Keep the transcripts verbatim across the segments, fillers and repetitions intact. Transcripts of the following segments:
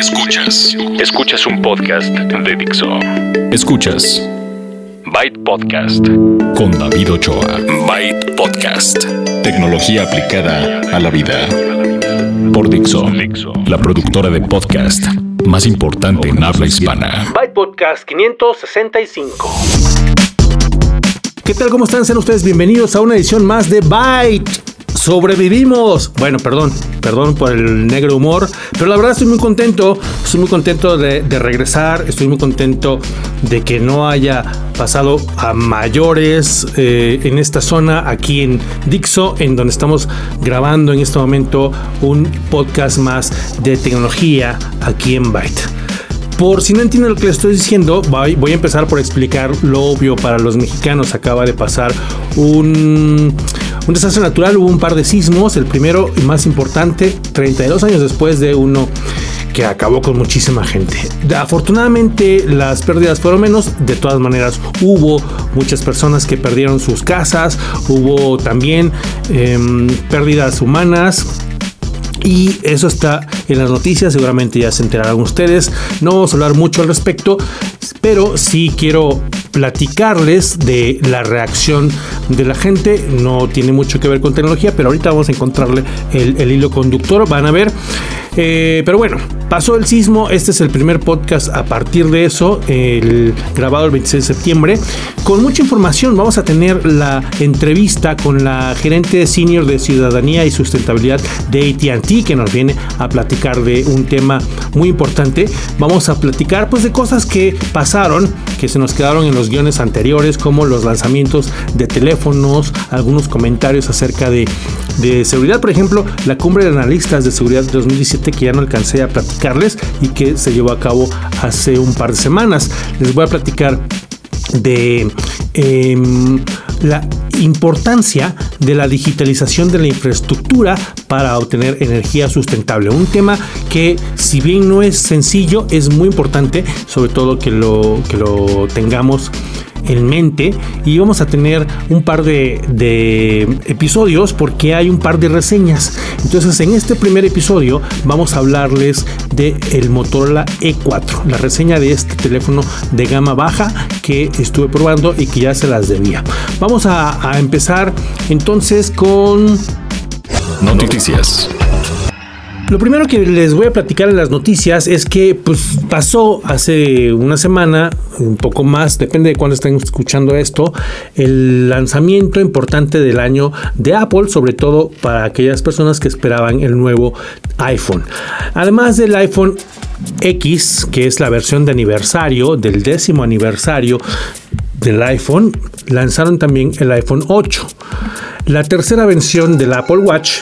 Escuchas. Escuchas un podcast de Dixo. Escuchas Byte Podcast con David Ochoa. Byte Podcast. Tecnología aplicada a la vida. Por Dixo, la productora de podcast más importante en habla hispana. Byte Podcast quinientos sesenta y cinco. ¿Qué tal? ¿Cómo están? Sean ustedes bienvenidos a una edición más de Byte. Sobrevivimos. Bueno, perdón, perdón por el negro humor, pero la verdad estoy muy contento, estoy muy contento de, de regresar, estoy muy contento de que no haya pasado a mayores eh, en esta zona, aquí en Dixo, en donde estamos grabando en este momento un podcast más de tecnología aquí en Byte. Por si no entienden lo que les estoy diciendo, voy, voy a empezar por explicar lo obvio para los mexicanos. Acaba de pasar un, un desastre natural, hubo un par de sismos, el primero y más importante, treinta y dos años después de uno que acabó con muchísima gente. Afortunadamente las pérdidas fueron menos, de todas maneras hubo muchas personas que perdieron sus casas, hubo también eh, pérdidas humanas. Y eso está en las noticias, seguramente ya se enterarán ustedes. No vamos a hablar mucho al respecto, pero sí quiero platicarles de la reacción de la gente. No tiene mucho que ver con tecnología, pero ahorita vamos a encontrarle el, el hilo conductor, van a ver. Eh, pero bueno, pasó el sismo, este es el primer podcast a partir de eso, el, grabado el veintiséis de septiembre, con mucha información. Vamos a tener la entrevista con la gerente senior de Ciudadanía y Sustentabilidad de A T and T, que nos viene a platicar de un tema muy importante. Vamos a platicar pues de cosas que pasaron, que se nos quedaron en los guiones anteriores, como los lanzamientos de teléfonos, algunos comentarios acerca de, de seguridad, por ejemplo, la cumbre de analistas de seguridad de dos mil diecisiete, que ya no alcancé a platicarles y que se llevó a cabo hace un par de semanas. Les voy a platicar de eh, la importancia de la digitalización de la infraestructura para obtener energía sustentable. Un tema que, si bien no es sencillo, es muy importante, sobre todo que lo, que lo tengamos en mente. Y vamos a tener un par de, de episodios porque hay un par de reseñas. Entonces, en este primer episodio vamos a hablarles de el Motorola E cuatro, la reseña de este teléfono de gama baja que estuve probando y que ya se las debía. Vamos a, a empezar entonces con noticias. Lo primero que les voy a platicar en las noticias es que pues pasó hace una semana, un poco más, depende de cuándo estén escuchando esto, el lanzamiento importante del año de Apple, sobre todo para aquellas personas que esperaban el nuevo iPhone. Además del iPhone X, que es la versión de aniversario, del décimo aniversario del iPhone, lanzaron también el iPhone ocho, la tercera versión del Apple Watch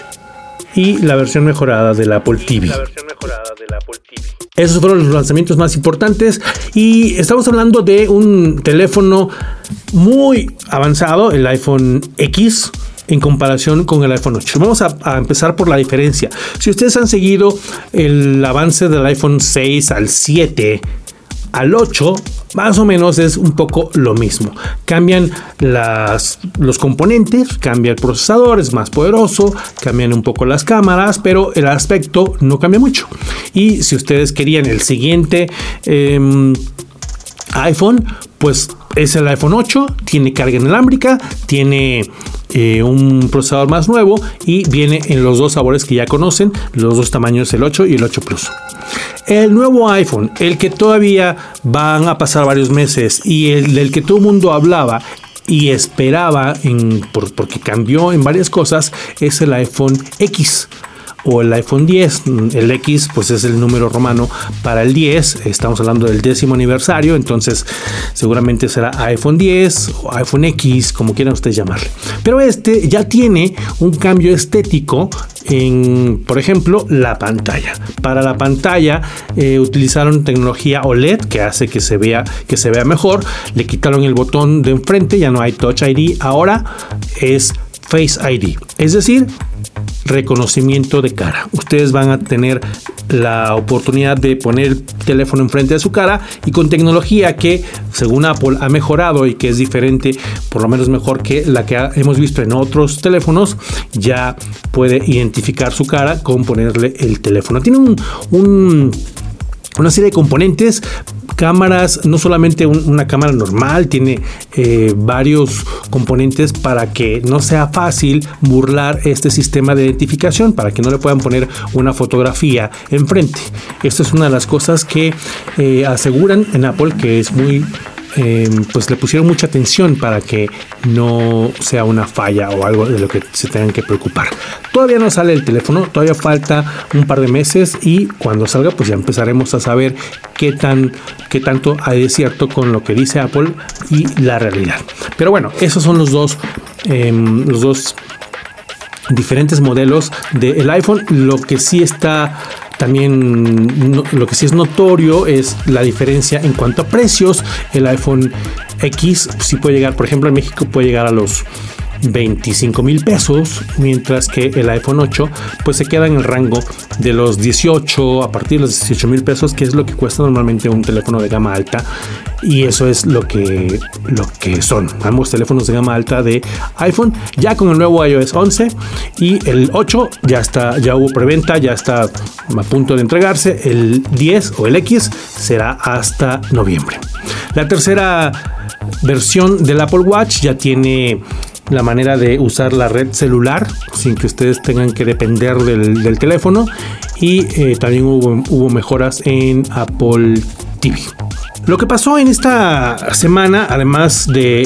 y la versión mejorada del Apple T V. La versión mejorada del Apple T V. Esos fueron los lanzamientos más importantes y estamos hablando de un teléfono muy avanzado, el iPhone X, en comparación con el iPhone ocho. Vamos a, a empezar por la diferencia. Si ustedes han seguido el avance del iPhone seis al siete al ocho, más o menos es un poco lo mismo. Cambian las, los componentes, cambia el procesador, es más poderoso, cambian un poco las cámaras, pero el aspecto no cambia mucho. Y si ustedes querían el siguiente eh, iPhone, pues es el iPhone ocho, tiene carga inalámbrica, tiene eh, un procesador más nuevo y viene en los dos sabores que ya conocen, los dos tamaños, el ocho y el ocho Plus. El nuevo iPhone, el que todavía van a pasar varios meses y el del que todo el mundo hablaba y esperaba en, por, porque cambió en varias cosas, es el iPhone X o el iPhone diez. El X pues es el número romano para el diez, estamos hablando del décimo aniversario, entonces seguramente será iPhone diez o iPhone X, como quieran ustedes llamarle. Pero este ya tiene un cambio estético en, por ejemplo, la pantalla. Para la pantalla eh, utilizaron tecnología O L E D que hace que se vea que se vea mejor. Le quitaron el botón de enfrente, ya no hay Touch I D, ahora es Face I D, es decir, reconocimiento de cara. Ustedes van a tener la oportunidad de poner el teléfono enfrente de su cara y con tecnología que, según Apple, ha mejorado y que es diferente, por lo menos mejor que la que ha, hemos visto en otros teléfonos, ya puede identificar su cara con ponerle el teléfono. Tiene un, un una serie de componentes, cámaras, no solamente un, una cámara normal, tiene eh, varios componentes para que no sea fácil burlar este sistema de identificación, para que no le puedan poner una fotografía enfrente. Esta es una de las cosas que eh, aseguran en Apple que es muy... Eh, pues le pusieron mucha atención para que no sea una falla o algo de lo que se tengan que preocupar. Todavía no sale el teléfono, todavía falta un par de meses y cuando salga pues ya empezaremos a saber qué tan qué tanto hay de cierto con lo que dice Apple y la realidad. Pero bueno, esos son los dos eh, los dos diferentes modelos del iPhone. Lo que sí está también, no, lo que sí es notorio es la diferencia en cuanto a precios. El iPhone X sí puede llegar, por ejemplo, en México puede llegar a los veinticinco mil pesos, mientras que el iPhone ocho pues se queda en el rango de los dieciocho, a partir de los dieciocho mil pesos, que es lo que cuesta normalmente un teléfono de gama alta, y eso es lo que lo que son ambos teléfonos de gama alta de iPhone. Ya con el nuevo iOS once y el ocho ya está, ya hubo preventa, ya está a punto de entregarse. El diez o el X será hasta noviembre. La tercera versión del Apple Watch ya tiene la manera de usar la red celular sin que ustedes tengan que depender del, del teléfono, y eh, también hubo, hubo mejoras en Apple T V. Lo que pasó en esta semana, además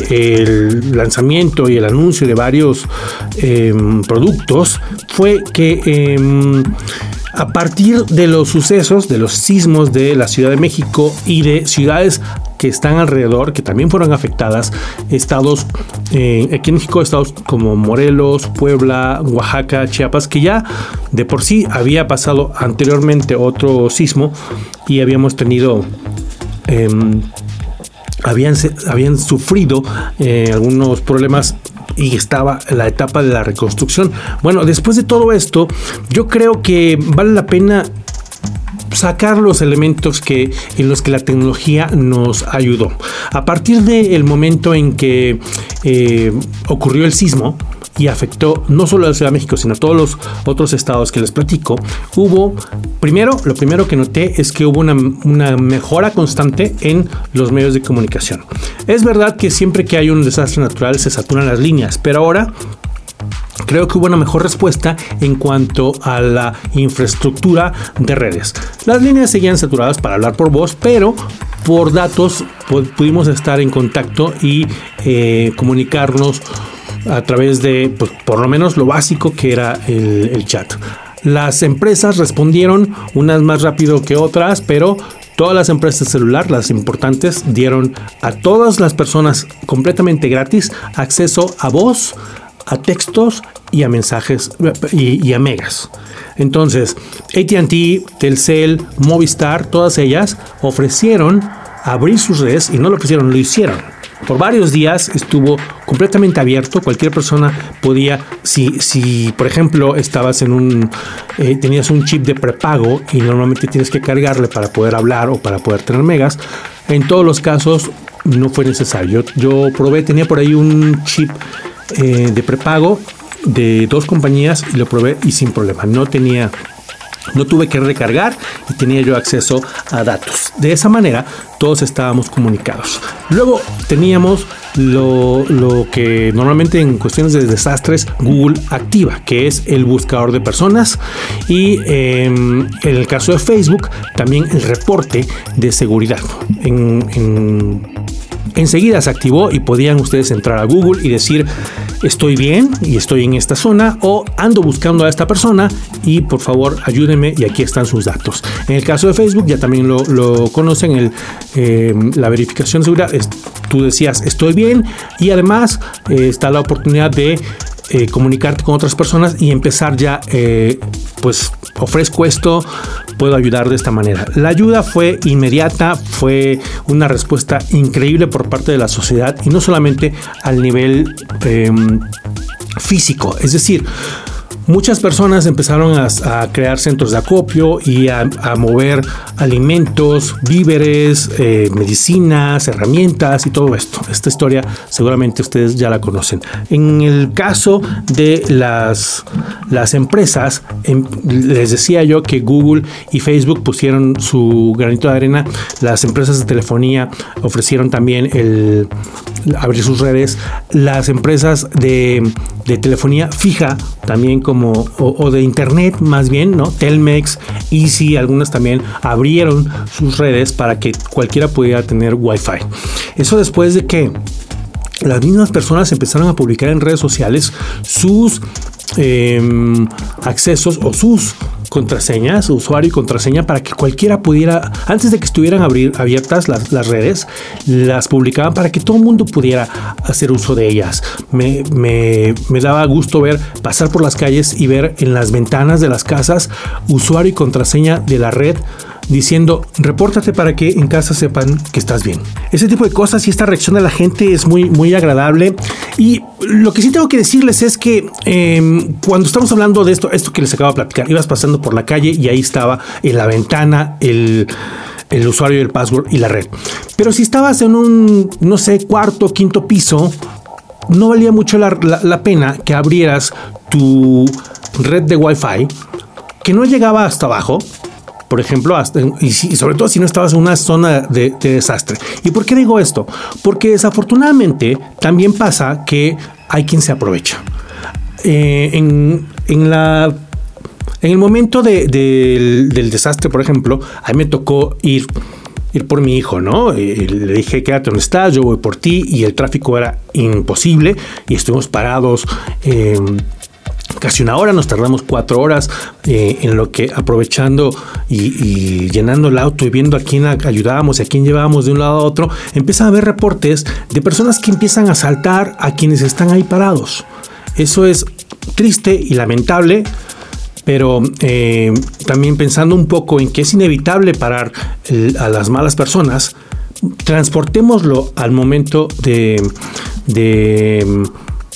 del lanzamiento y el anuncio de varios eh, productos, fue que eh, a partir de los sucesos, de los sismos de la Ciudad de México y de ciudades que están alrededor, que también fueron afectadas, estados, eh, aquí en México, estados como Morelos, Puebla, Oaxaca, Chiapas, que ya de por sí había pasado anteriormente otro sismo y habíamos tenido... Eh, habían, habían sufrido eh, algunos problemas y estaba la etapa de la reconstrucción. Bueno, después de todo esto, yo creo que vale la pena sacar los elementos que, en los que la tecnología nos ayudó. A partir del momento en que eh, ocurrió el sismo y afectó no solo a la Ciudad de México, sino a todos los otros estados que les platico, hubo, primero, lo primero que noté es que hubo una, una mejora constante en los medios de comunicación. Es verdad que siempre que hay un desastre natural se saturan las líneas, pero ahora creo que hubo una mejor respuesta en cuanto a la infraestructura de redes. Las líneas seguían saturadas para hablar por voz, pero por datos pudimos estar en contacto y eh, comunicarnos a través de, pues, por lo menos lo básico que era el, el chat. Las empresas respondieron, unas más rápido que otras, pero todas las empresas de celular, las importantes, dieron a todas las personas completamente gratis acceso a voz, a textos y a mensajes y, y a megas. Entonces, A T and T, Telcel, Movistar, todas ellas ofrecieron abrir sus redes, y no lo ofrecieron, lo hicieron. Por varios días estuvo completamente abierto. Cualquier persona podía, si, si por ejemplo estabas en un, eh, tenías un chip de prepago y normalmente tienes que cargarle para poder hablar o para poder tener megas, en todos los casos no fue necesario. Yo, yo probé, tenía por ahí un chip eh, de prepago de dos compañías y lo probé y sin problema. No tenía... No tuve que recargar y tenía yo acceso a datos. De esa manera todos estábamos comunicados. Luego teníamos lo, lo que normalmente en cuestiones de desastres Google activa, que es el buscador de personas, y eh, en el caso de Facebook también el reporte de seguridad. En, en Enseguida se activó y podían ustedes entrar a Google y decir: estoy bien y estoy en esta zona, o ando buscando a esta persona y por favor ayúdenme, y aquí están sus datos. En el caso de Facebook ya también lo, lo conocen, el, eh, la verificación de seguridad. Es, tú decías estoy bien, y además eh, está la oportunidad de eh, comunicarte con otras personas y empezar ya, eh, pues ofrezco esto, puedo ayudar de esta manera. La ayuda fue inmediata, fue una respuesta increíble por parte de la sociedad, y no solamente al nivel eh, físico. Es decir, muchas personas empezaron a, a crear centros de acopio y a, a mover alimentos, víveres, eh, medicinas, herramientas y todo esto. Esta historia seguramente ustedes ya la conocen. En el caso de las, las empresas, en, les decía yo que Google y Facebook pusieron su granito de arena. Las empresas de telefonía ofrecieron también el abrir sus redes. Las empresas de, de telefonía fija también como o, o de internet más bien, ¿no? Telmex, Easy, algunas también abrieron sus redes para que cualquiera pudiera tener Wi-Fi. Eso después de que las mismas personas empezaron a publicar en redes sociales sus eh, accesos o sus contraseñas, usuario y contraseña, para que cualquiera pudiera, antes de que estuvieran abrir, abiertas las, las redes, las publicaban para que todo el mundo pudiera hacer uso de ellas. Me, me, me daba gusto ver, pasar por las calles y ver en las ventanas de las casas usuario y contraseña de la red diciendo, repórtate para que en casa sepan que estás bien. Ese tipo de cosas y esta reacción de la gente es muy, muy agradable. Y lo que sí tengo que decirles es que eh, cuando estamos hablando de esto, esto que les acabo de platicar, ibas pasando por la calle y ahí estaba en la ventana el, el usuario y el password y la red. Pero si estabas en un, no sé, cuarto, quinto piso, no valía mucho la, la, la pena que abrieras tu red de Wi-Fi, que no llegaba hasta abajo, por ejemplo, hasta, y, si, y sobre todo si no estabas en una zona de, de desastre. ¿Y por qué digo esto? Porque desafortunadamente también pasa que hay quien se aprovecha. Eh, en, en, la, en el momento de, de, del, del desastre, por ejemplo, a mí me tocó ir, ir por mi hijo, ¿no? Y le dije, quédate donde estás, yo voy por ti, y el tráfico era imposible y estuvimos parados Eh, casi una hora, nos tardamos cuatro horas eh, en lo que aprovechando y, y llenando el auto y viendo a quién ayudábamos y a quién llevábamos de un lado a otro, empiezan a haber reportes de personas que empiezan a asaltar a quienes están ahí parados. Eso es triste y lamentable, pero eh, también pensando un poco en que es inevitable parar el, a las malas personas, transportémoslo al momento de... de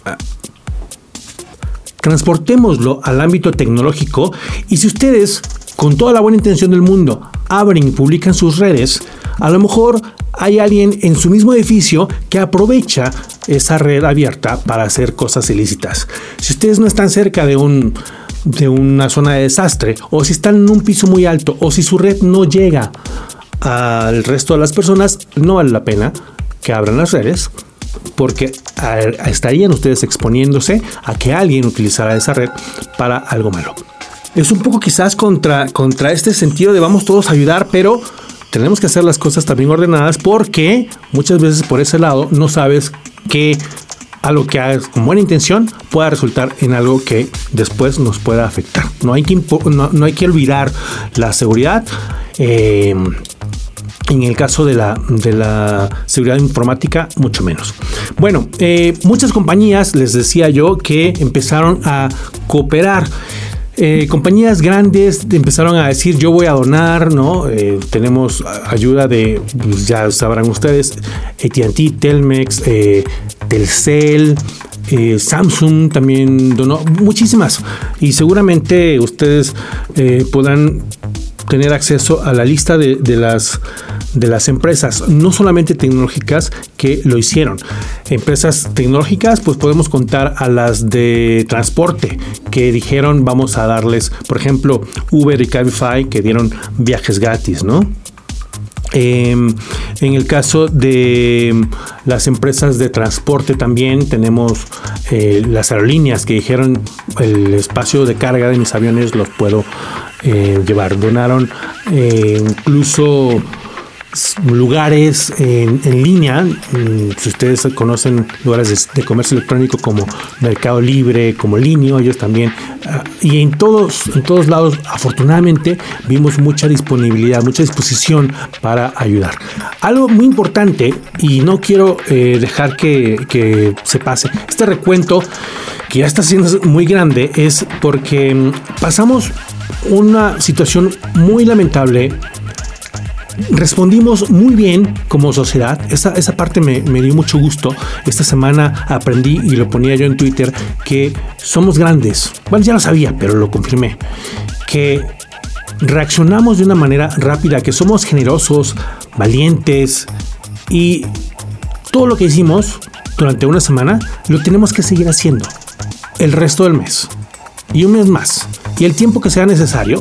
Transportémoslo al ámbito tecnológico y si ustedes, con toda la buena intención del mundo, abren y publican sus redes, a lo mejor hay alguien en su mismo edificio que aprovecha esa red abierta para hacer cosas ilícitas. Si ustedes no están cerca de un de una zona de desastre, o si están en un piso muy alto, o si su red no llega al resto de las personas, no vale la pena que abran las redes, porque estarían ustedes exponiéndose a que alguien utilizara esa red para algo malo. Es un poco quizás contra, contra este sentido de vamos todos a ayudar, pero tenemos que hacer las cosas también ordenadas, porque muchas veces por ese lado no sabes que algo que hagas con buena intención pueda resultar en algo que después nos pueda afectar. No hay que, impo- no, no hay que olvidar la seguridad. Eh, En el caso de la, de la seguridad informática, mucho menos. Bueno, eh, muchas compañías, les decía yo, que empezaron a cooperar. Eh, compañías grandes empezaron a decir, yo voy a donar, ¿no? Eh, tenemos ayuda de, pues ya sabrán ustedes, A T and T, Telmex, eh, Telcel, eh, Samsung también donó, muchísimas. Y seguramente ustedes eh, podrán tener acceso a la lista de, de las de las empresas, no solamente tecnológicas, que lo hicieron. Empresas tecnológicas, pues podemos contar a las de transporte, que dijeron vamos a darles, por ejemplo, Uber y Cabify, que dieron viajes gratis, ¿no? Eh, en el caso de las empresas de transporte también tenemos eh, las aerolíneas que dijeron el espacio de carga de mis aviones los puedo eh, llevar. Donaron eh, incluso lugares en, en línea. Si ustedes conocen lugares de, de comercio electrónico como Mercado Libre, como Linio, ellos también, uh, y en todos, en todos lados, afortunadamente, vimos mucha disponibilidad, mucha disposición para ayudar. Algo muy importante, y no quiero eh, dejar que, que se pase, este recuento que ya está siendo muy grande, es porque pasamos una situación muy lamentable respondimos muy bien como sociedad. Esa, esa parte me, me dio mucho gusto. Esta semana aprendí, y lo ponía yo en Twitter, que somos grandes. Bueno, ya lo sabía, pero lo confirmé. Que reaccionamos de una manera rápida, que somos generosos, valientes, y todo lo que hicimos durante una semana lo tenemos que seguir haciendo el resto del mes y un mes más y el tiempo que sea necesario,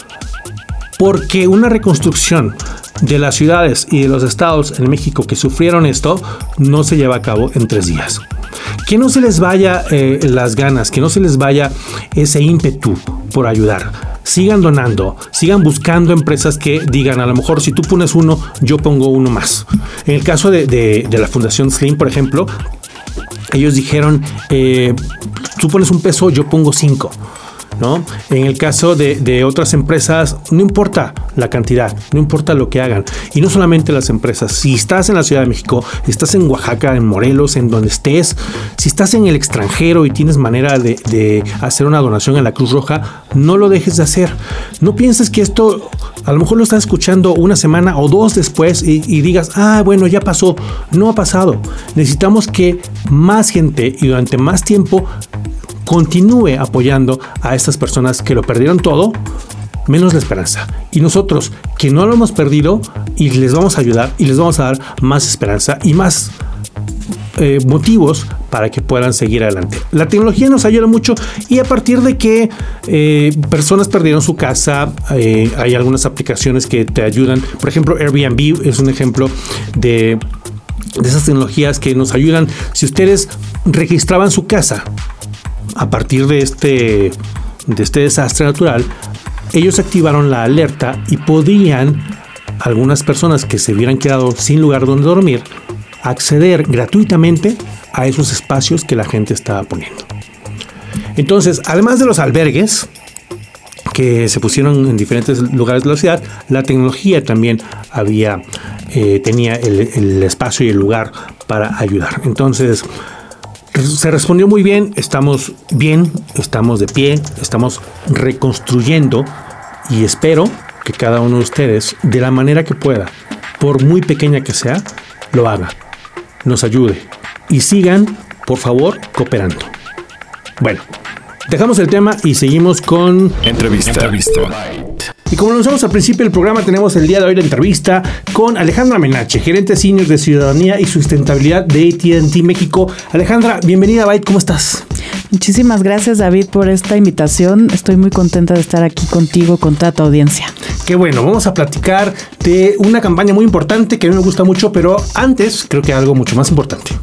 porque una reconstrucción de las ciudades y de los estados en México que sufrieron esto no se lleva a cabo en tres días. Que no se les vaya eh, las ganas, que no se les vaya ese ímpetu por ayudar. Sigan donando, sigan buscando empresas que digan, a lo mejor si tú pones uno, yo pongo uno más. En el caso de, de, de la Fundación Slim, por ejemplo, ellos dijeron, eh, tú pones un peso, yo pongo cinco. ¿No? En el caso de, de otras empresas, no importa la cantidad, no importa lo que hagan. Y no solamente las empresas. Si estás en la Ciudad de México, si estás en Oaxaca, en Morelos, en donde estés, si estás en el extranjero y tienes manera de, de hacer una donación a la Cruz Roja, no lo dejes de hacer. No pienses que esto, a lo mejor lo estás escuchando una semana o dos después y, y digas, ah, bueno, ya pasó. No ha pasado. Necesitamos que más gente y durante más tiempo continúe apoyando a estas personas que lo perdieron todo, menos la esperanza. Y nosotros, que no lo hemos perdido, y les vamos a ayudar y les vamos a dar más esperanza y más eh, motivos para que puedan seguir adelante. La tecnología nos ayuda mucho, y a partir de que eh, personas perdieron su casa, eh, hay algunas aplicaciones que te ayudan. Por ejemplo, Airbnb es un ejemplo de, de esas tecnologías que nos ayudan. Si ustedes registraban su casa a partir de este, de este desastre natural, ellos activaron la alerta y podían, algunas personas que se hubieran quedado sin lugar donde dormir, acceder gratuitamente a esos espacios que la gente estaba poniendo. Entonces, además de los albergues que se pusieron en diferentes lugares de la ciudad, la tecnología también había, eh, tenía el, el espacio y el lugar para ayudar. Entonces, se respondió muy bien, estamos bien, estamos de pie, estamos reconstruyendo, y espero que cada uno de ustedes, de la manera que pueda, por muy pequeña que sea, lo haga, nos ayude y sigan, por favor, cooperando. Bueno, dejamos el tema y seguimos con Entrevista. Entrevista. Y como lo anunciamos al principio del programa, tenemos el día de hoy la entrevista con Alejandra Menache, gerente senior de Ciudadanía y Sustentabilidad de A T and T México. Alejandra, bienvenida a Byte, ¿cómo estás? Muchísimas gracias, David, por esta invitación. Estoy muy contenta de estar aquí contigo, con toda tu audiencia. Qué bueno, vamos a platicar de una campaña muy importante que a mí me gusta mucho, pero antes creo que algo mucho más importante.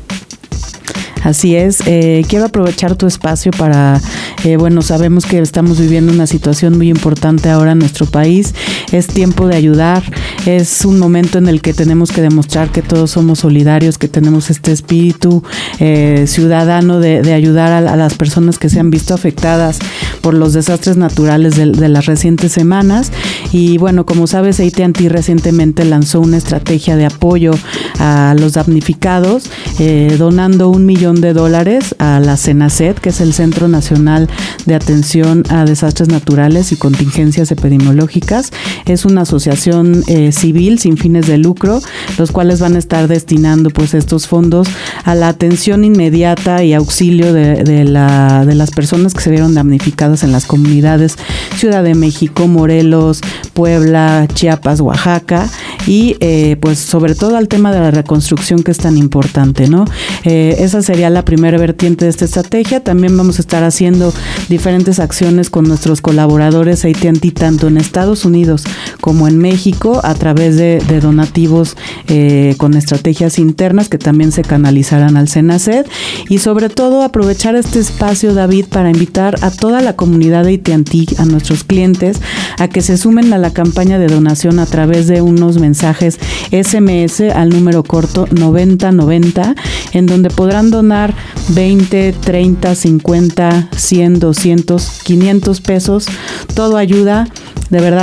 Así es, eh, quiero aprovechar tu espacio para, eh, bueno, sabemos que estamos viviendo una situación muy importante ahora en nuestro país, es tiempo de ayudar, es un momento en el que tenemos que demostrar que todos somos solidarios, que tenemos este espíritu eh, ciudadano de, de ayudar a, a las personas que se han visto afectadas por los desastres naturales de, de las recientes semanas. Y bueno, como sabes, A T and T recientemente lanzó una estrategia de apoyo a los damnificados, eh, donando un millón de dólares a la CENACET, que es el Centro Nacional de Atención a Desastres Naturales y Contingencias Epidemiológicas. Es una asociación eh, civil sin fines de lucro, los cuales van a estar destinando pues estos fondos a la atención inmediata y auxilio de, de, la, de las personas que se vieron damnificadas en las comunidades Ciudad de México, Morelos, Puebla, Chiapas, Oaxaca, y eh, pues sobre todo al tema de la reconstrucción, que es tan importante, ¿no? Eh, esa sería la primera vertiente de esta estrategia. También vamos a estar haciendo diferentes acciones con nuestros colaboradores A T and T, tanto en Estados Unidos como en México, a través de, de donativos eh, con estrategias internas que también se canalizarán al CENACET, y sobre todo aprovechar este espacio, David, para invitar a toda la comunidad de A T and T, a nuestros clientes, a que se sumen a la campaña de donación a través de unos mensajes S M S al número corto noventa noventa, en donde podrán donar veinte, treinta, cincuenta, cien, doscientos, quinientos pesos. Todo ayuda. De verdad,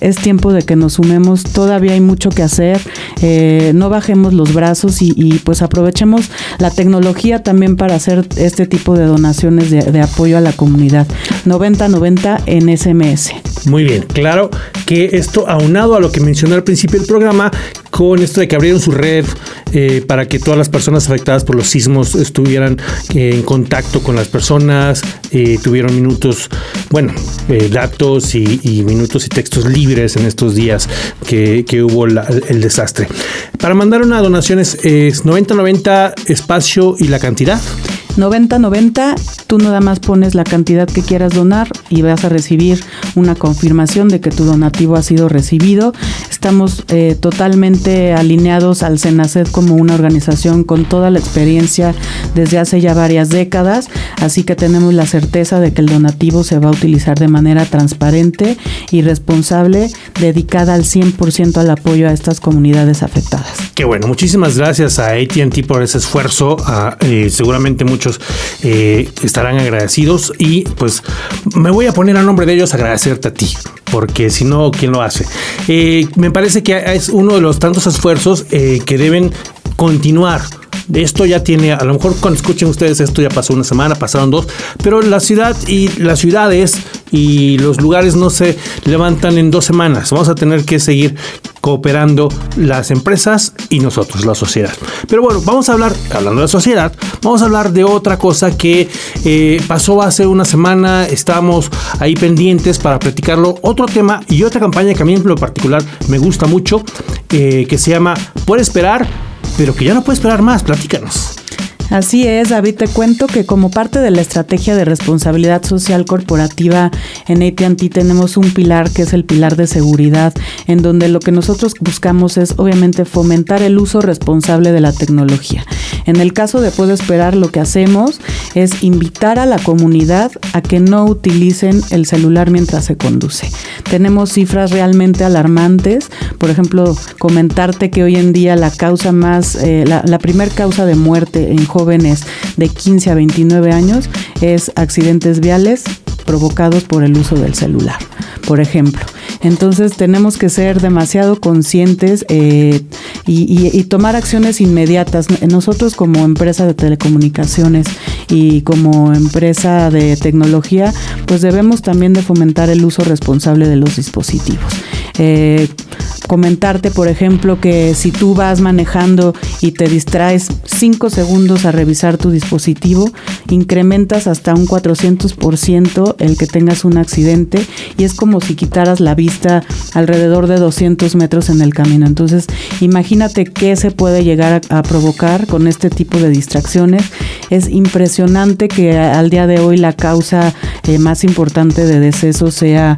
es tiempo de que nos sumemos, todavía hay mucho que hacer, eh, no bajemos los brazos y, y pues aprovechemos la tecnología también para hacer este tipo de donaciones de, de apoyo a la comunidad. noventa noventa en S M S. Muy bien, claro que esto aunado a lo que mencioné al principio del programa, con esto de que abrieron su red eh, para que todas las personas afectadas por los sismos estuvieran eh, en contacto con las personas, eh, tuvieron minutos, bueno, eh, datos y, y minutos y textos libres en estos días que, que hubo la, el desastre. Para mandar una donación es, es noventa noventa espacio y la cantidad. noventa noventa, tú nada más pones la cantidad que quieras donar y vas a recibir una confirmación de que tu donativo ha sido recibido. Estamos eh, totalmente alineados al CENACED como una organización con toda la experiencia desde hace ya varias décadas, así que tenemos la certeza de que el donativo se va a utilizar de manera transparente y responsable, dedicada al cien por ciento al apoyo a estas comunidades afectadas. Qué bueno, muchísimas gracias a A T and T por ese esfuerzo, a, eh, seguramente muchos eh, estarán agradecidos y pues me voy a poner a nombre de ellos a agradecerte a ti, porque si no, ¿quién lo hace? Eh, me parece que es uno de los tantos esfuerzos eh, que deben continuar. Esto ya tiene, a lo mejor cuando escuchen ustedes esto ya pasó una semana, pasaron dos, pero la ciudad y las ciudades y los lugares no se levantan en dos semanas. Vamos a tener que seguir cooperando las empresas y nosotros, la sociedad. Pero bueno, vamos a hablar, hablando de sociedad, vamos a hablar de otra cosa que eh, pasó hace una semana. Estamos ahí pendientes para platicarlo. Otro tema y otra campaña que a mí en lo particular me gusta mucho, eh, que se llama Puede Esperar, pero que ya no puede esperar más. Platícanos. Así es, David, te cuento que como parte de la estrategia de responsabilidad social corporativa en A T and T tenemos un pilar que es el pilar de seguridad, en donde lo que nosotros buscamos es obviamente fomentar el uso responsable de la tecnología. En el caso de Puedo Esperar, lo que hacemos es invitar a la comunidad a que no utilicen el celular mientras se conduce. Tenemos cifras realmente alarmantes, por ejemplo, comentarte que hoy en día la causa más, eh, la, la primer causa de muerte en jóvenes jóvenes de quince a veintinueve años es accidentes viales provocados por el uso del celular, por ejemplo. Entonces tenemos que ser demasiado conscientes eh, y, y, y tomar acciones inmediatas. Nosotros como empresa de telecomunicaciones y como empresa de tecnología, pues debemos también de fomentar el uso responsable de los dispositivos. Eh, comentarte, por ejemplo, que si tú vas manejando y te distraes cinco segundos a revisar tu dispositivo, incrementas hasta un cuatrocientos por ciento el que tengas un accidente, y es como si quitaras la vista alrededor de doscientos metros en el camino. Entonces, imagínate qué se puede llegar a, a provocar con este tipo de distracciones. Es impresionante que al día de hoy la causa eh, más importante de deceso sea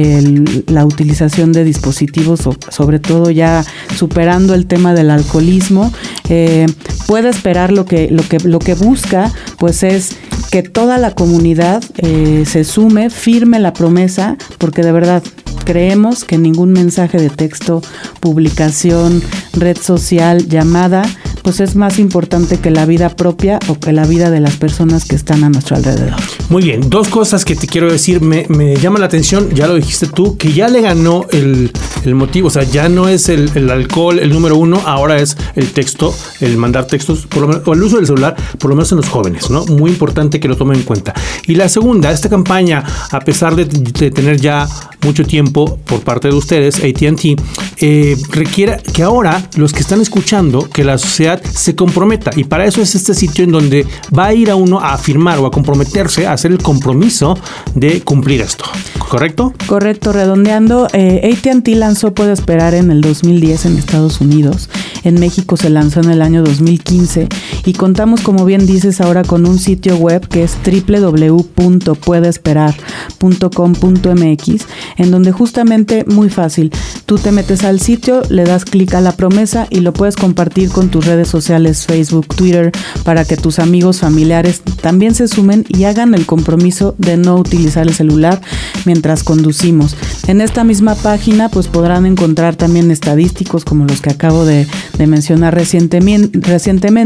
el, la utilización de dispositivos, o, sobre todo ya superando el tema del alcoholismo. Eh, puede esperar lo que, lo que, lo que busca, pues es que toda la comunidad eh, se sume, firme la promesa, porque de verdad creemos que ningún mensaje de texto, publicación, red social, llamada, pues es más importante que la vida propia o que la vida de las personas que están a nuestro alrededor. Muy bien, dos cosas que te quiero decir. Me, me llama la atención, ya lo dijiste tú, que ya le ganó el, el motivo. O sea, ya no es el, el alcohol el número uno, ahora es el texto, el mandar textos, por lo menos, o el uso del celular, por lo menos en los jóvenes, ¿no? Muy importante que lo tomen en cuenta. Y la segunda, esta campaña, a pesar de, de tener ya mucho tiempo por parte de ustedes, A T and T, eh, requiere que ahora los que están escuchando, que la sociedad se comprometa, y para eso es este sitio en donde va a ir a uno a firmar o a comprometerse a hacer el compromiso de cumplir esto, ¿correcto? Correcto, redondeando, eh, A T and T lanzó Puede Esperar en el dos mil diez en Estados Unidos, en México se lanzó en el año dos mil quince y contamos, como bien dices, ahora con un sitio web que es doble u doble u doble u punto puede esperar punto com punto m x, en donde justamente, muy fácil, tú te metes al sitio, le das clic a la promesa y lo puedes compartir con tus redes sociales, Facebook, Twitter, para que tus amigos, familiares también se sumen y hagan el compromiso de no utilizar el celular mientras conducimos. En esta misma página pues podrán encontrar también estadísticos como los que acabo de, de mencionar recientemente, recientemente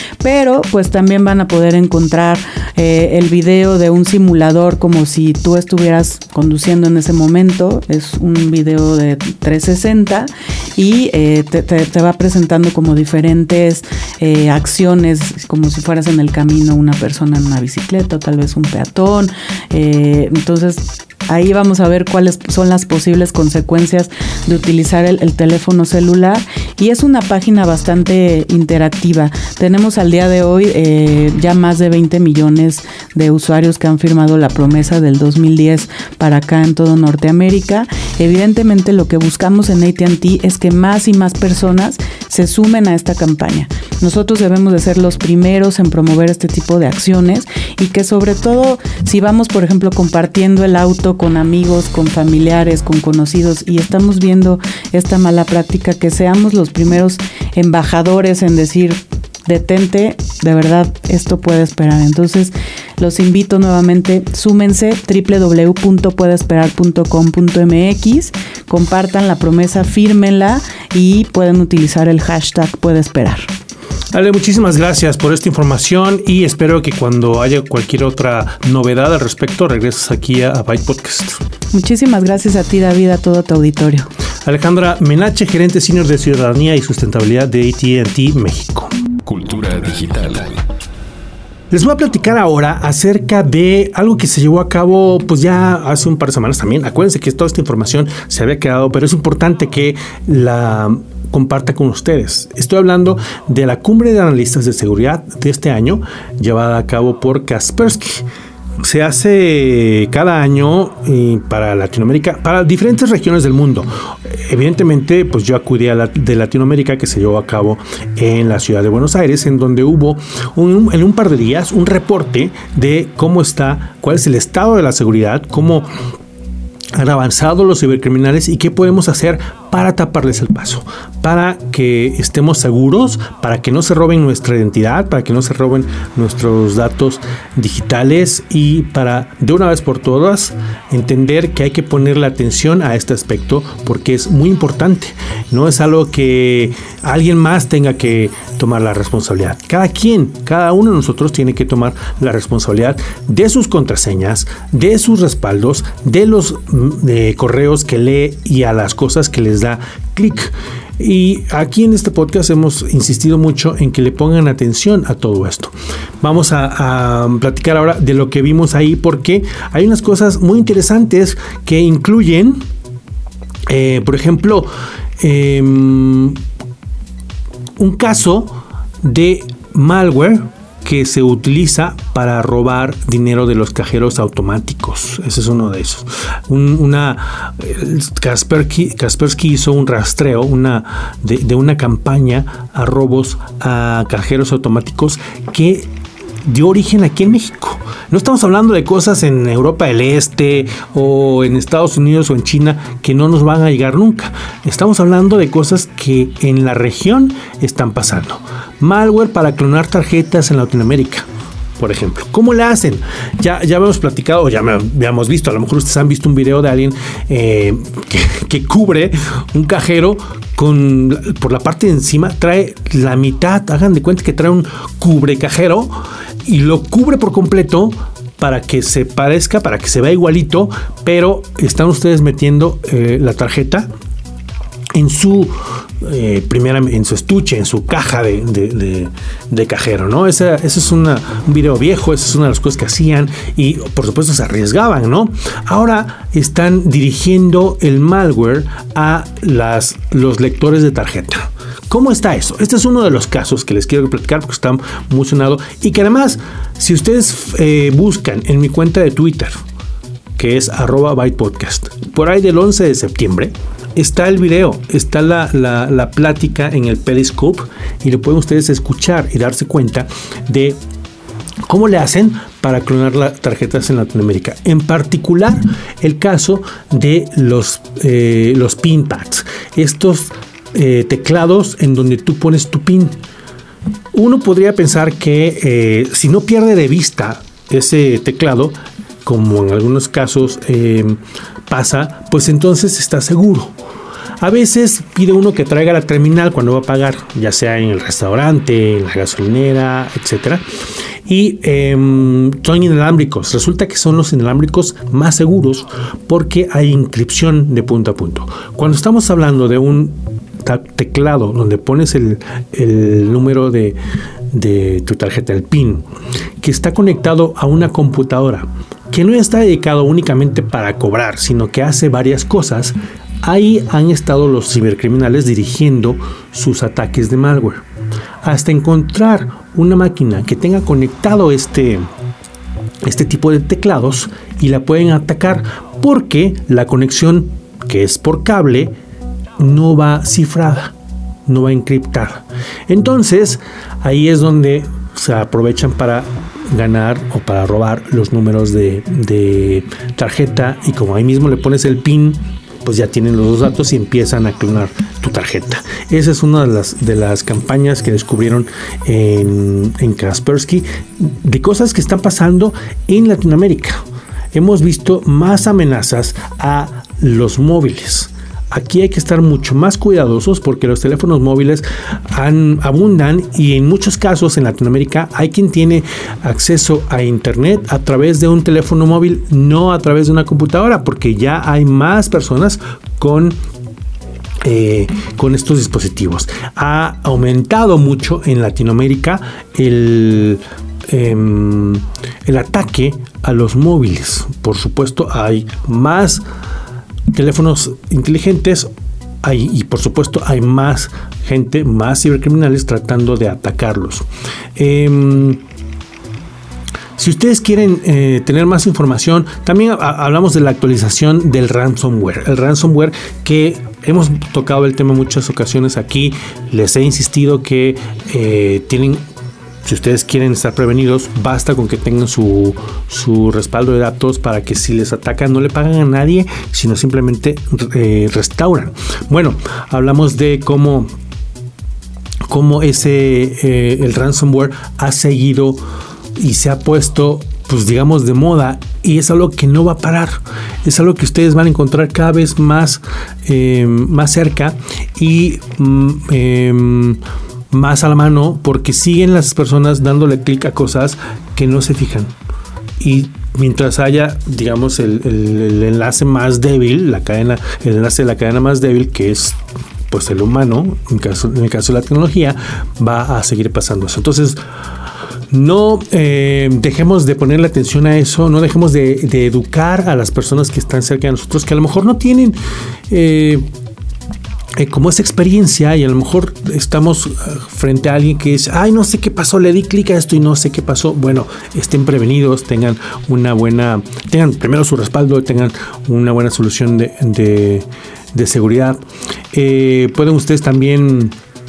pero pues también van a poder encontrar eh, el video de un simulador como si tú estuvieras conduciendo en ese momento. Es un video de trescientos sesenta y eh, te, te, te va presentando como diferentes eh, acciones, como si fueras en el camino una persona en una bicicleta o tal vez un peatón. Eh, entonces ahí vamos a ver cuáles son las posibles consecuencias de utilizar el, el teléfono celular, y es una página bastante interactiva. Tenemos al día de hoy eh, ya más de veinte millones de usuarios que han firmado la promesa del dos mil diez para acá en todo Norteamérica. Evidentemente lo que buscamos en A T and T es que más y más personas se sumen a esta campaña. Nosotros debemos de ser los primeros en promover este tipo de acciones, y que sobre todo si vamos, por ejemplo, compartiendo el auto con amigos, con familiares, con conocidos, y estamos viendo esta mala práctica, que seamos los primeros embajadores en decir: detente, de verdad, esto puede esperar. Entonces, los invito nuevamente, súmense, doble u doble u doble u punto puede esperar punto com punto m x, compartan la promesa, fírmenla y pueden utilizar el hashtag puede esperar. Ale, muchísimas gracias por esta información y espero que cuando haya cualquier otra novedad al respecto regreses aquí a, a Byte Podcast. Muchísimas gracias a ti, David, a todo tu auditorio. Alejandra Menache, gerente senior de Ciudadanía y Sustentabilidad de A T and T México. Cultura digital. Les voy a platicar ahora acerca de algo que se llevó a cabo pues ya hace un par de semanas también. Acuérdense que toda esta información se había quedado, pero es importante que la comparta con ustedes. Estoy hablando de la cumbre de analistas de seguridad de este año, llevada a cabo por Kaspersky. Se hace cada año eh, para Latinoamérica, para diferentes regiones del mundo. Evidentemente, pues yo acudí a la de Latinoamérica, que se llevó a cabo en la ciudad de Buenos Aires, en donde hubo un, en un par de días un reporte de cómo está, cuál es el estado de la seguridad, cómo han avanzado los cibercriminales y qué podemos hacer para taparles el paso, para que estemos seguros, para que no se roben nuestra identidad, para que no se roben nuestros datos digitales y para de una vez por todas entender que hay que ponerle atención a este aspecto porque es muy importante. No es algo que alguien más tenga que tomar la responsabilidad. Cada quien, cada uno de nosotros tiene que tomar la responsabilidad de sus contraseñas, de sus respaldos, de los de correos que lee y a las cosas que les da clic. Y aquí en este podcast hemos insistido mucho en que le pongan atención a todo esto. Vamos a, a platicar ahora de lo que vimos ahí, porque hay unas cosas muy interesantes que incluyen, eh, por ejemplo, eh, un caso de malware que se utiliza para robar dinero de los cajeros automáticos. Ese es uno de esos. Un, una Kaspersky, Kaspersky hizo un rastreo una, de, de una campaña a robos a cajeros automáticos que dio origen aquí en México. No estamos hablando de cosas en Europa del Este o en Estados Unidos o en China que no nos van a llegar nunca. Estamos hablando de cosas que en la región están pasando. Malware para clonar tarjetas en Latinoamérica, por ejemplo. ¿Cómo le hacen? Ya, ya hemos platicado, ya me, ya hemos visto, a lo mejor ustedes han visto un video de alguien eh, que, que cubre un cajero con, por la parte de encima, trae la mitad, hagan de cuenta que trae un cubre cajero y lo cubre por completo para que se parezca, para que se vea igualito, pero están ustedes metiendo eh, la tarjeta en su eh, primera, en su estuche, en su caja de, de, de, de cajero, ¿no? Ese, ese es una, un video viejo, esa es una de las cosas que hacían y por supuesto se arriesgaban, ¿no? Ahora están dirigiendo el malware a las, los lectores de tarjeta. ¿Cómo está eso? Este es uno de los casos que les quiero platicar porque está muy sonado y que además, si ustedes eh, buscan en mi cuenta de Twitter, que es arroba Byte Podcast, por ahí del once de septiembre, está el video, está la, la, la plática en el Periscope y lo pueden ustedes escuchar y darse cuenta de cómo le hacen para clonar las tarjetas en Latinoamérica. En particular, el caso de los, eh, los pin pads, estos eh, teclados en donde tú pones tu pin. Uno podría pensar que eh, si no pierde de vista ese teclado, como en algunos casos eh, pasa, pues entonces está seguro. A veces pide uno que traiga la terminal cuando va a pagar, ya sea en el restaurante, en la gasolinera, etcétera. Y eh, son inalámbricos. Resulta que son los inalámbricos más seguros porque hay inscripción de punto a punto. Cuando estamos hablando de un teclado donde pones el, el número de, de tu tarjeta, el PIN, que está conectado a una computadora, que no está dedicado únicamente para cobrar, sino que hace varias cosas, ahí han estado los cibercriminales dirigiendo sus ataques de malware. Hasta encontrar una máquina que tenga conectado este, este tipo de teclados y la pueden atacar porque la conexión, que es por cable, no va cifrada, no va encriptada. Entonces, ahí es donde se aprovechan para ganar o para robar los números de, de tarjeta, y como ahí mismo le pones el PIN, pues ya tienen los dos datos y empiezan a clonar tu tarjeta. Esa es una de las, de las campañas que descubrieron en, en Kaspersky, de cosas que están pasando en Latinoamérica. Hemos visto más amenazas a los móviles. Aquí hay que estar mucho más cuidadosos porque los teléfonos móviles han, abundan, y en muchos casos en Latinoamérica hay quien tiene acceso a internet a través de un teléfono móvil, no a través de una computadora, porque ya hay más personas con Eh, con estos dispositivos. Ha aumentado mucho en Latinoamérica el, eh, el ataque a los móviles. Por supuesto, hay más teléfonos inteligentes, hay, y por supuesto hay más gente, más cibercriminales tratando de atacarlos. Eh, Si ustedes quieren eh, tener más información, también a, hablamos de la actualización del ransomware. El ransomware, que hemos tocado el tema en muchas ocasiones aquí, les he insistido que eh, tienen, si ustedes quieren estar prevenidos, basta con que tengan su, su respaldo de datos para que si les atacan no le pagan a nadie, sino simplemente eh, restauran. Bueno, hablamos de cómo, cómo ese eh, el ransomware ha seguido y se ha puesto, pues digamos, de moda, y es algo que no va a parar. Es algo que ustedes van a encontrar cada vez más, eh, más cerca y eh, más a la mano, porque siguen las personas dándole clic a cosas que no se fijan. Y mientras haya, digamos, el, el, el enlace más débil, la cadena, el enlace de la cadena más débil, que es pues el humano, en, caso, en el caso de la tecnología, va a seguir pasando eso. Entonces, no eh, dejemos de ponerle atención a eso, no dejemos de, de educar a las personas que están cerca de nosotros, que a lo mejor no tienen eh, eh, como esa experiencia, y a lo mejor estamos frente a alguien que dice, ay, no sé qué pasó, le di clic a esto y no sé qué pasó. Bueno, estén prevenidos, tengan una buena, tengan primero su respaldo, tengan una buena solución de, de, de seguridad. Eh, pueden ustedes también,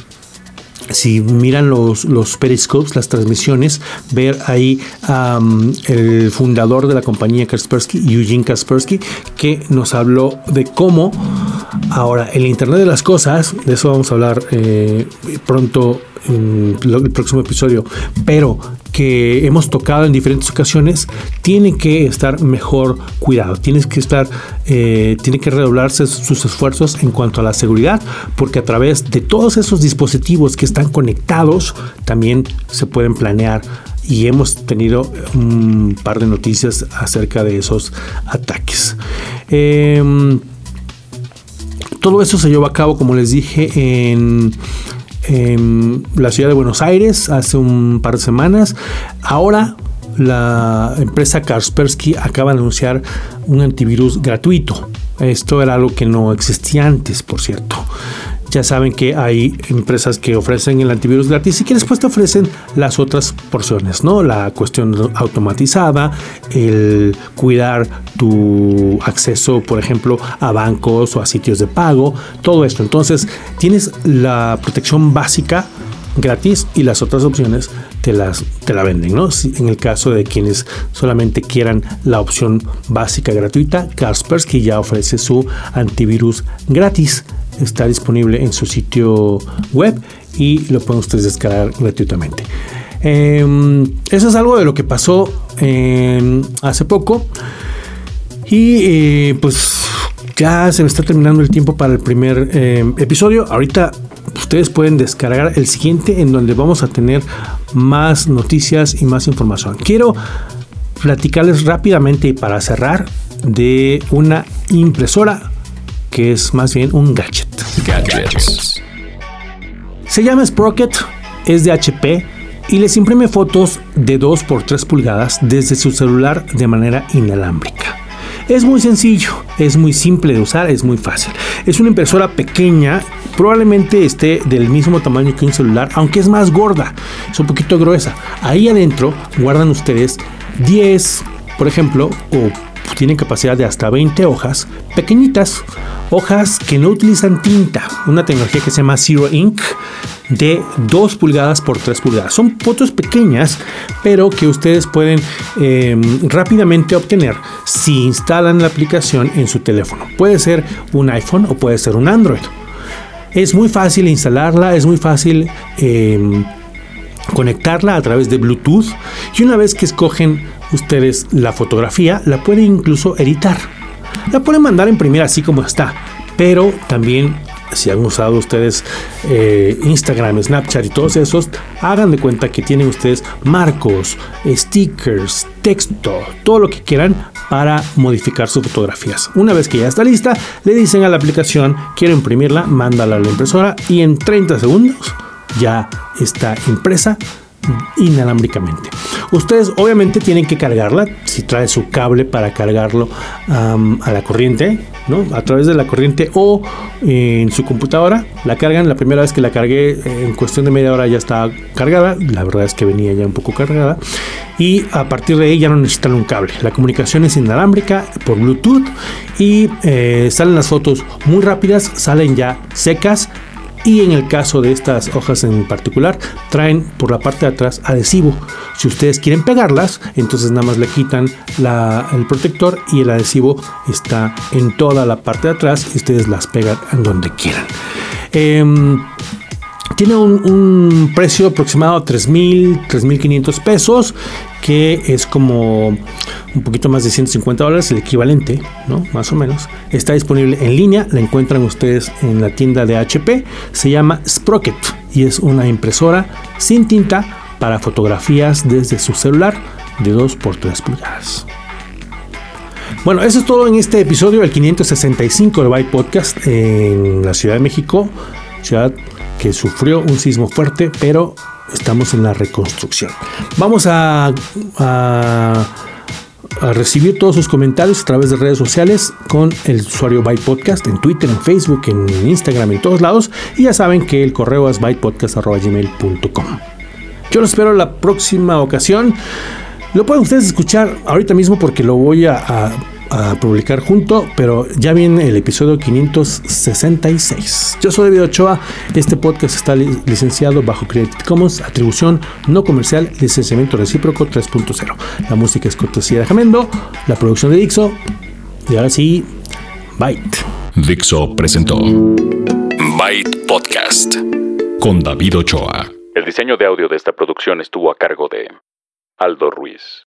si miran los, los periscopes, las transmisiones, ver ahí um, el fundador de la compañía Kaspersky, Eugene Kaspersky, que nos habló de cómo ahora el Internet de las Cosas, de eso vamos a hablar eh, pronto en el próximo episodio, pero que hemos tocado en diferentes ocasiones, tiene que estar mejor cuidado, tienes que estar, eh, tiene que redoblarse sus esfuerzos en cuanto a la seguridad, porque a través de todos esos dispositivos que están conectados, también se pueden planear, y hemos tenido un par de noticias acerca de esos ataques. Eh, todo eso se llevó a cabo, como les dije, en en la ciudad de Buenos Aires hace un par de semanas. Ahora la empresa Kaspersky acaba de anunciar un antivirus gratuito. Esto era algo que no existía antes, por cierto. Ya saben que hay empresas que ofrecen el antivirus gratis y que después te ofrecen las otras porciones, ¿no? La cuestión automatizada, el cuidar tu acceso, por ejemplo, a bancos o a sitios de pago, todo esto. Entonces, tienes la protección básica gratis y las otras opciones te las te la venden, ¿no? Si, en el caso de quienes solamente quieran la opción básica gratuita, Kaspersky ya ofrece su antivirus gratis. Está disponible en su sitio web y lo pueden ustedes descargar gratuitamente. Eh, eso es algo de lo que pasó eh, hace poco. Y eh, pues ya se me está terminando el tiempo para el primer eh, episodio. Ahorita ustedes pueden descargar el siguiente, en donde vamos a tener más noticias y más información. Quiero platicarles rápidamente y para cerrar de una impresora que es más bien un gadget. Gadgets. Se llama Sprocket, es de H P y les imprime fotos de dos por tres pulgadas desde su celular de manera inalámbrica. Es muy sencillo, es muy simple de usar, es muy fácil. Es una impresora pequeña, probablemente esté del mismo tamaño que un celular, aunque es más gorda, es un poquito gruesa. Ahí adentro guardan ustedes diez, por ejemplo, o tienen capacidad de hasta veinte hojas pequeñitas, hojas que no utilizan tinta, una tecnología que se llama Zero Ink, de dos pulgadas por tres pulgadas. Son fotos pequeñas, pero que ustedes pueden eh, rápidamente obtener si instalan la aplicación en su teléfono. Puede ser un iPhone o puede ser un Android. Es muy fácil instalarla, es muy fácil eh, conectarla a través de Bluetooth, y una vez que escogen ustedes la fotografía, la pueden incluso editar. La pueden mandar a imprimir así como está, pero también si han usado ustedes eh, Instagram, Snapchat y todos esos, hagan de cuenta que tienen ustedes marcos, stickers, texto, todo lo que quieran para modificar sus fotografías. Una vez que ya está lista, le dicen a la aplicación: quiero imprimirla, mándala a la impresora y en treinta segundos ya está impresa inalámbricamente. Ustedes obviamente tienen que cargarla, si trae su cable para cargarlo um, a la corriente, ¿no? A través de la corriente o eh, en su computadora. La cargan. La primera vez que la cargué, eh, en cuestión de media hora ya está cargada. La verdad es que venía ya un poco cargada, y a partir de ahí ya no necesitan un cable. La comunicación es inalámbrica por Bluetooth y eh, salen las fotos muy rápidas, salen ya secas. Y en el caso de estas hojas en particular, traen por la parte de atrás adhesivo. Si ustedes quieren pegarlas, entonces nada más le quitan la, el protector y el adhesivo está en toda la parte de atrás y ustedes las pegan en donde quieran. Eh, tiene un, un precio aproximado a tres mil, tres mil quinientos pesos, que es como un poquito más de ciento cincuenta dólares, el equivalente, ¿no? Más o menos. Está disponible en línea, la encuentran ustedes en la tienda de H P. Se llama Sprocket y es una impresora sin tinta para fotografías desde su celular de dos por tres pulgadas. Bueno, eso es todo en este episodio, el quinientos sesenta y cinco de Byte Podcast, en la Ciudad de México, ciudad que sufrió un sismo fuerte, pero estamos en la reconstrucción. Vamos a, a, a recibir todos sus comentarios a través de redes sociales con el usuario Byte Podcast, en Twitter, en Facebook, en Instagram, en todos lados. Y ya saben que el correo es byte podcast arroba gmail punto com. Yo los espero la próxima ocasión. Lo pueden ustedes escuchar ahorita mismo porque lo voy a, a, a publicar junto, pero ya viene el episodio quinientos sesenta y seis. Yo soy David Ochoa. Este podcast está li- licenciado bajo Creative Commons, atribución no comercial, licenciamiento recíproco tres punto cero. La música es cortesía de Jamendo, la producción de Dixo. Y ahora sí, Byte. Dixo presentó Byte Podcast con David Ochoa. El diseño de audio de esta producción estuvo a cargo de Aldo Ruiz.